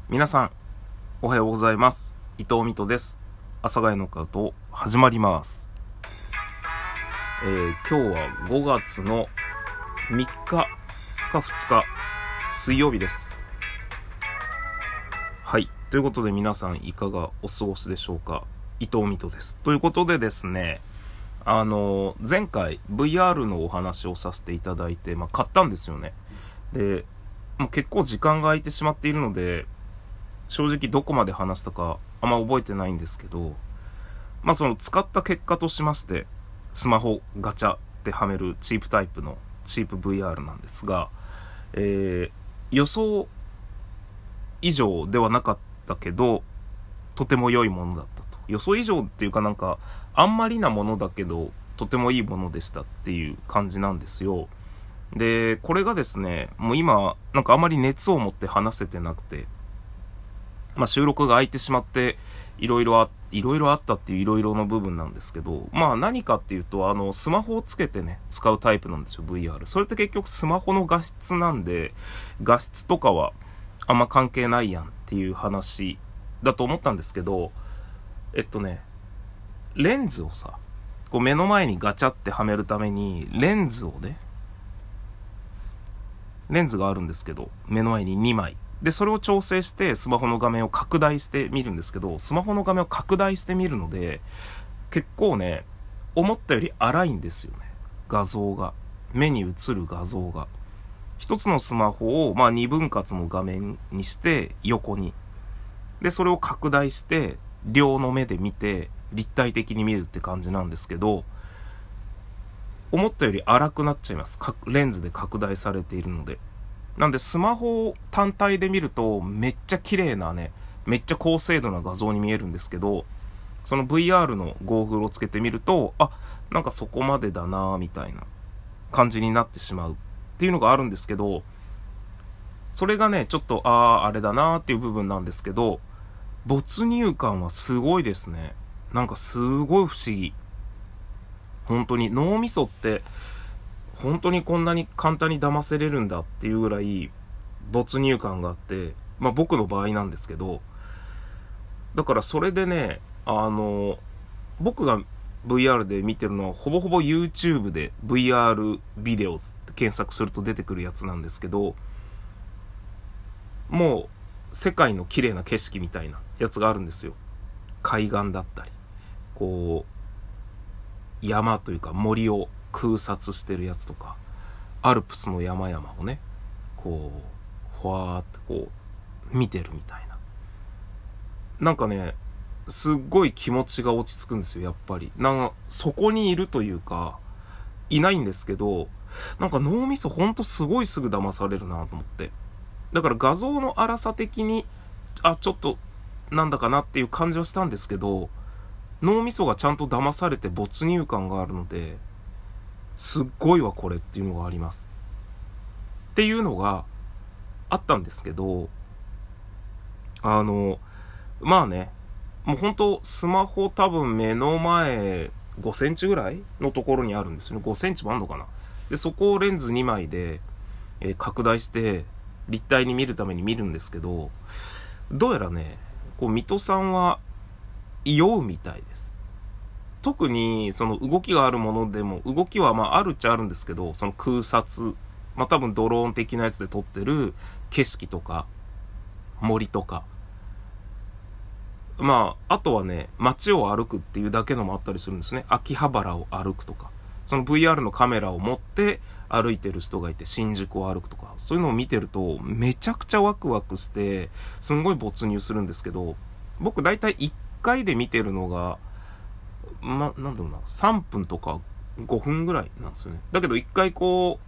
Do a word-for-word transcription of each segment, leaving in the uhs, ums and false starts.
皆さんおはようございます。伊藤美斗です。阿佐ヶ谷ノックアウト始まります。えー、今日はごがつのみっかかふつか水曜日です。はい、ということで皆さんいかがお過ごしでしょうか。伊藤美斗です。ということでですね、あの前回 ブイアール のお話をさせていただいて、まあ、買ったんですよね。でもう結構時間が空いてしまっているので正直どこまで話したかあんま覚えてないんですけど、まあその使った結果としまして、スマホガチャってはめるチープタイプのチープ ブイアール なんですが、えー、予想以上ではなかったけどとても良いものだったと。予想以上っていうかなんかあんまりなものだけどとてもいいものでしたっていう感じなんですよ。でこれがですね、もう今なんかあまり熱を持って話せてなくて、まあ収録が空いてしまっていろいろあいろいろあったっていういろいろの部分なんですけど、まあ何かっていうと、あのスマホをつけてね使うタイプなんですよ ブイアール。それって結局スマホの画質なんで、画質とかはあんま関係ないやんっていう話だと思ったんですけど、えっとねレンズをさ、こう目の前にガチャってはめるためにレンズをねレンズがあるんですけど、目の前ににまいでそれを調整してスマホの画面を拡大してみるんですけど、スマホの画面を拡大してみるので結構ね思ったより荒いんですよね。画像が目に映る画像が一つのスマホをまあにぶん割の画面にして横にでそれを拡大して両の目で見て立体的に見るって感じなんですけど、思ったより荒くなっちゃいます。レンズで拡大されているので。なんでスマホ単体で見るとめっちゃ綺麗なね、めっちゃ高精度な画像に見えるんですけど、その ブイアール のゴーグルをつけてみると、あ、なんかそこまでだなみたいな感じになってしまうっていうのがあるんですけど、それがねちょっとあーあれだなっていう部分なんですけど、没入感はすごいですね。なんかすごい不思議。本当に脳みそって本当にこんなに簡単に騙せれるんだっていうぐらい没入感があって、まあ僕の場合なんですけど、だからそれでね、あの僕が ブイアール で見てるのはほぼほぼ YouTube で ブイアール ビデオって検索すると出てくるやつなんですけど、もう世界の綺麗な景色みたいなやつがあるんですよ。海岸だったり、こう山というか森を空撮してるやつとか、アルプスの山々をねこうふわーってこう見てるみたいな、なんかねすっごい気持ちが落ち着くんですよ。やっぱりなんかそこにいるというか、いないんですけど、なんか脳みそほんとすごいすぐ騙されるなと思って。だから画像の荒さ的にあちょっとなんだかなっていう感じはしたんですけど、脳みそがちゃんと騙されて没入感があるので、すっごいわこれっていうのがありますっていうのがあったんですけど、あのまあね、もう本当スマホ多分目の前ごセンチぐらいのところにあるんですよね。ごセンチもあんのかな。でそこをレンズにまいで、えー、拡大して立体に見るために見るんですけど、どうやらねこう水戸さんは酔うみたいです。特にその動きがあるものでも、動きはまああるっちゃあるんですけど、その空撮、まあ多分ドローン的なやつで撮ってる景色とか森とか、まああとはね街を歩くっていうだけのもあったりするんですね。秋葉原を歩くとか、その ブイアール のカメラを持って歩いてる人がいて新宿を歩くとか、そういうのを見てるとめちゃくちゃワクワクしてすんごい没入するんですけど、僕だいたいいっかいで見てるのがま、なんだろうな、さんぷんとかごふんぐらいなんですよね。だけど一回こ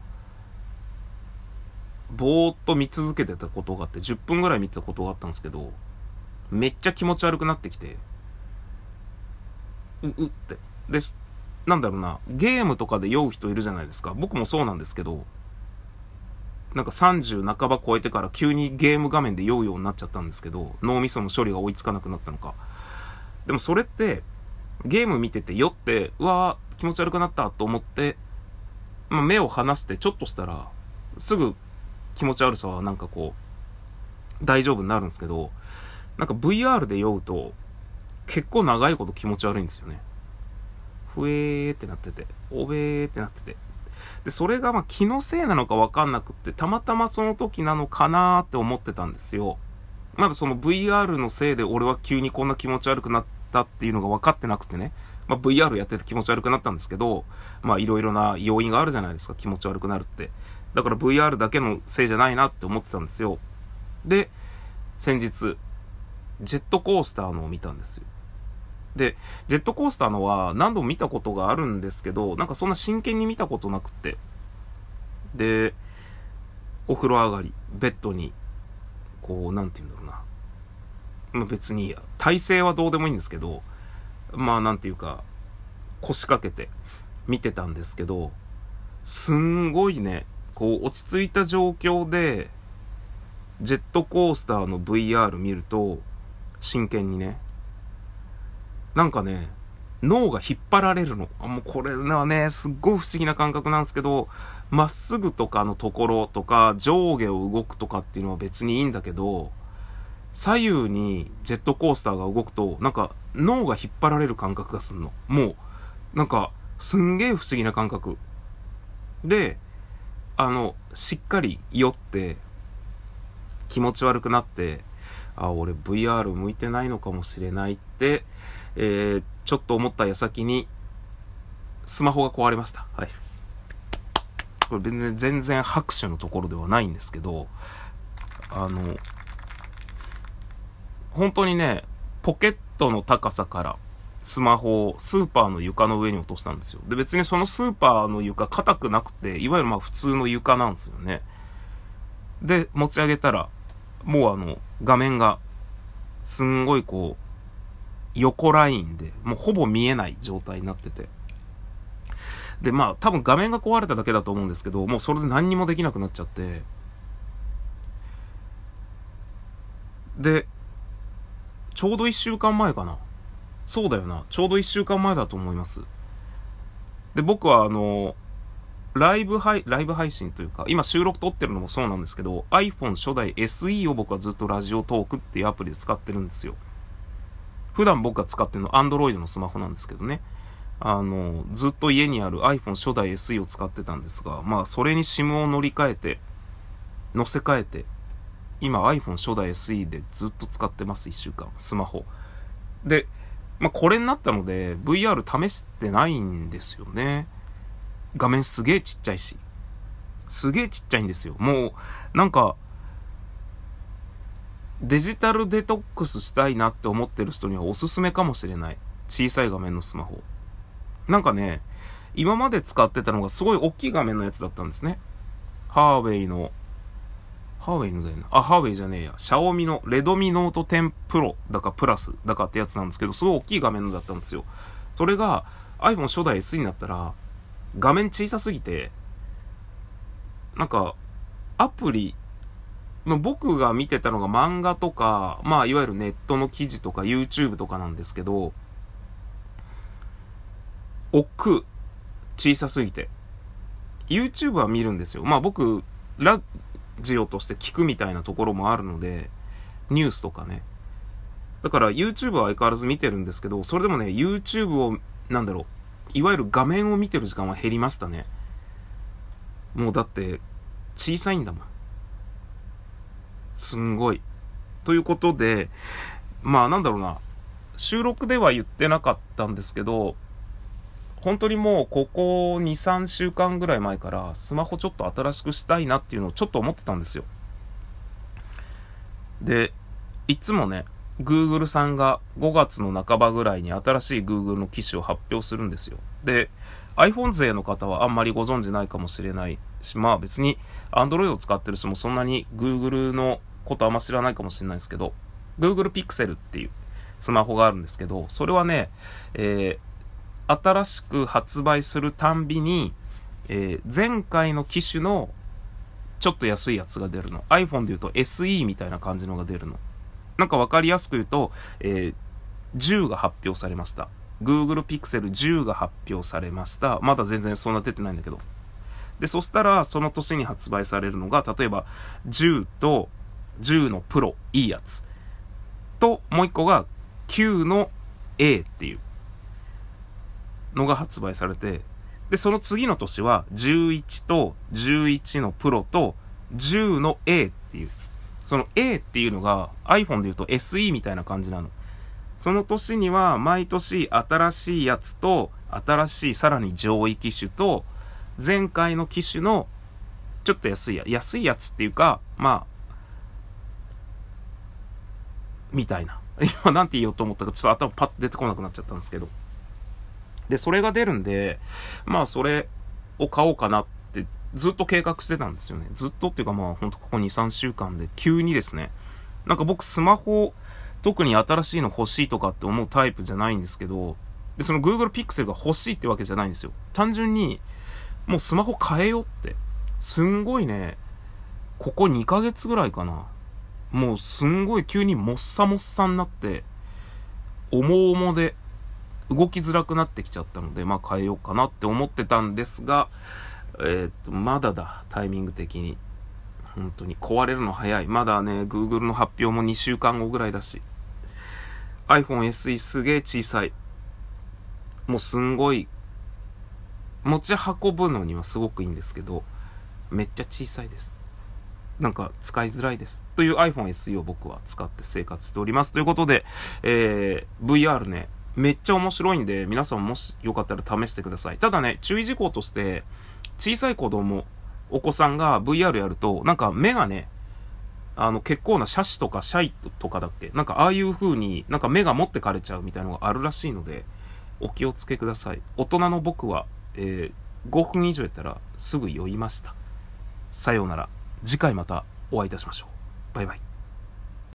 うぼーっと見続けてたことがあって、じゅっぷんぐらい見てたことがあったんですけど、めっちゃ気持ち悪くなってきて、ううってで、なんだろうな、ゲームとかで酔う人いるじゃないですか。僕もそうなんですけど、なんかさんじゅう半ば超えてから急にゲーム画面で酔うようになっちゃったんですけど、脳みその処理が追いつかなくなったのか。でもそれってゲーム見てて酔ってうわー気持ち悪くなったと思って、まあ、目を離してちょっとしたらすぐ気持ち悪さはなんかこう大丈夫になるんですけど、なんか ブイアール で酔うと結構長いこと気持ち悪いんですよね。ふえーってなってて、おべーってなってて。で、それがまあ気のせいなのかわかんなくって、たまたまその時なのかなーって思ってたんですよ。まだその ブイアール のせいで俺は急にこんな気持ち悪くなったっていうのが分かってなくてね。まあ ブイアール やってて気持ち悪くなったんですけど、まあいろいろな要因があるじゃないですか、気持ち悪くなるって。だから ブイアール だけのせいじゃないなって思ってたんですよ。で、先日、ジェットコースターのを見たんですよ。で、ジェットコースターのは何度も見たことがあるんですけど、なんかそんな真剣に見たことなくって。で、お風呂上がり、ベッドに、こう、なんて言うんだろうな。まあ別にいいや。体勢はどうでもいいんですけど、まあなんていうか、腰掛けて見てたんですけど、すんごいね、こう落ち着いた状況で、ジェットコースターの ブイアール 見ると、真剣にね、なんかね、脳が引っ張られるの。あ、もうこれはね、すっごい不思議な感覚なんですけど、まっすぐとかのところとか、上下を動くとかっていうのは別にいいんだけど、左右にジェットコースターが動くと、なんか脳が引っ張られる感覚がすんの。もう、なんか、すんげえ不思議な感覚。で、あの、しっかり酔って、気持ち悪くなって、あ、俺 ブイアール 向いてないのかもしれないって、えー、ちょっと思った矢先に、スマホが壊れました。はい。これ全然、全然拍手のところではないんですけど、あの、本当にね、ポケットの高さからスマホをスーパーの床の上に落としたんですよ。で、別にそのスーパーの床硬くなくて、いわゆるまあ普通の床なんですよね。で、持ち上げたら、もうあの、画面が、すんごいこう、横ラインで、もうほぼ見えない状態になってて。で、まあ、多分画面が壊れただけだと思うんですけど、もうそれで何にもできなくなっちゃって。で、ちょうど一週間前かな。そうだよな。ちょうど一週間前だと思います。で、僕はあの、ライブ配、ライブ配信というか、今収録撮ってるのもそうなんですけど、iPhone 初代 エスイー を僕はずっとラジオトークっていうアプリで使ってるんですよ。普段僕が使ってるの Android のスマホなんですけどね。あの、ずっと家にある iPhone 初代 エスイー を使ってたんですが、まあそれに SIM を乗り換えて、乗せ替えて、今 iPhone 初代 エスイー でずっと使ってます、一週間。スマホ。で、まあこれになったので ブイアール 試してないんですよね。画面すげえちっちゃいし。すげえちっちゃいんですよ。もう、なんか、デジタルデトックスしたいなって思ってる人にはおすすめかもしれない。小さい画面のスマホ。なんかね、今まで使ってたのがすごい大きい画面のやつだったんですね。ハーウェイの、ハーウェイのだよな。あ、ハーウェイじゃねえや。シャオミのレドミノートテンプロだかプラスだかってやつなんですけど、すごい大きい画面のだったんですよ。それが iPhone 初代 エス になったら、画面小さすぎて、なんか、アプリ、まあ、僕が見てたのが漫画とか、まあ、いわゆるネットの記事とか YouTube とかなんですけど、億劫、小さすぎて。YouTube は見るんですよ。まあ僕、ラジオとして聞くみたいなところもあるので、ニュースとかね。だから YouTube は相変わらず見てるんですけど、それでもね、YouTube を、なんだろう、いわゆる画面を見てる時間は減りましたね。もうだって、小さいんだもん。すんごい。ということで、まあなんだろうな、収録では言ってなかったんですけど、本当にもうここに、さんしゅうかんぐらい前からスマホちょっと新しくしたいなっていうのをちょっと思ってたんですよ。で、いつもね、Google さんがごがつの半ばぐらいに新しい Google の機種を発表するんですよ。で、iPhone 勢の方はあんまりご存知ないかもしれないし、まあ別に Android を使ってる人もそんなに Google のことあんま知らないかもしれないですけど、Google Pixel っていうスマホがあるんですけど、それはね、えー、新しく発売するたんびに、えー、前回の機種のちょっと安いやつが出るの。iPhone で言うと エスイー みたいな感じのが出るの。なんかわかりやすく言うと、えー、じゅうが発表されました。Google Pixel じゅうが発表されました。まだ全然そんな出てないんだけど。で、そしたら、その年に発売されるのが、例えば、じゅうとじゅうのプロいいやつと、もう一個がきゅうの A っていうのが発売されて、でその次の年はじゅういちとじゅういちのプロとじゅうの A っていう、その A っていうのが iPhone で言うと エスイー みたいな感じなの。その年には毎年新しいやつと新しいさらに上位機種と前回の機種のちょっと安いや安いやつっていうか、まあみたいな、今なんて言おうと思ったかちょっと頭パッと出てこなくなっちゃったんですけど、でそれが出るんで、まあそれを買おうかなってずっと計画してたんですよね。ずっとっていうかまあほんとここ にさんしゅうかんで急にですね、なんか僕スマホ特に新しいの欲しいとかって思うタイプじゃないんですけど、でその Google Pixel が欲しいってわけじゃないんですよ。単純にもうスマホ変えようって、すんごいね、ここにかげつぐらいかな、もうすんごい急にもっさもっさになって重々で動きづらくなってきちゃったので、まあ変えようかなって思ってたんですが、えー、っとまだだ、タイミング的に本当に壊れるの早い。まだね Google の発表もにしゅうかんごぐらいだし、 iPhone エスイー すげえ小さい、もうすんごい持ち運ぶのにはすごくいいんですけど、めっちゃ小さいです。なんか使いづらいですという iPhone エスイー を僕は使って生活しております。ということで、えー、ブイアール ね、めっちゃ面白いんで、皆さんもしよかったら試してください。ただね、注意事項として、小さい子供、お子さんが ブイアール やると、なんか目がね、あの結構なシャシとかシャイとかだっけ、なんかああいう風になんか目が持ってかれちゃうみたいなのがあるらしいので、お気をつけください。大人の僕は、えー、ごふん以上やったらすぐ酔いました。さようなら。次回またお会いいたしましょう。バイバイ。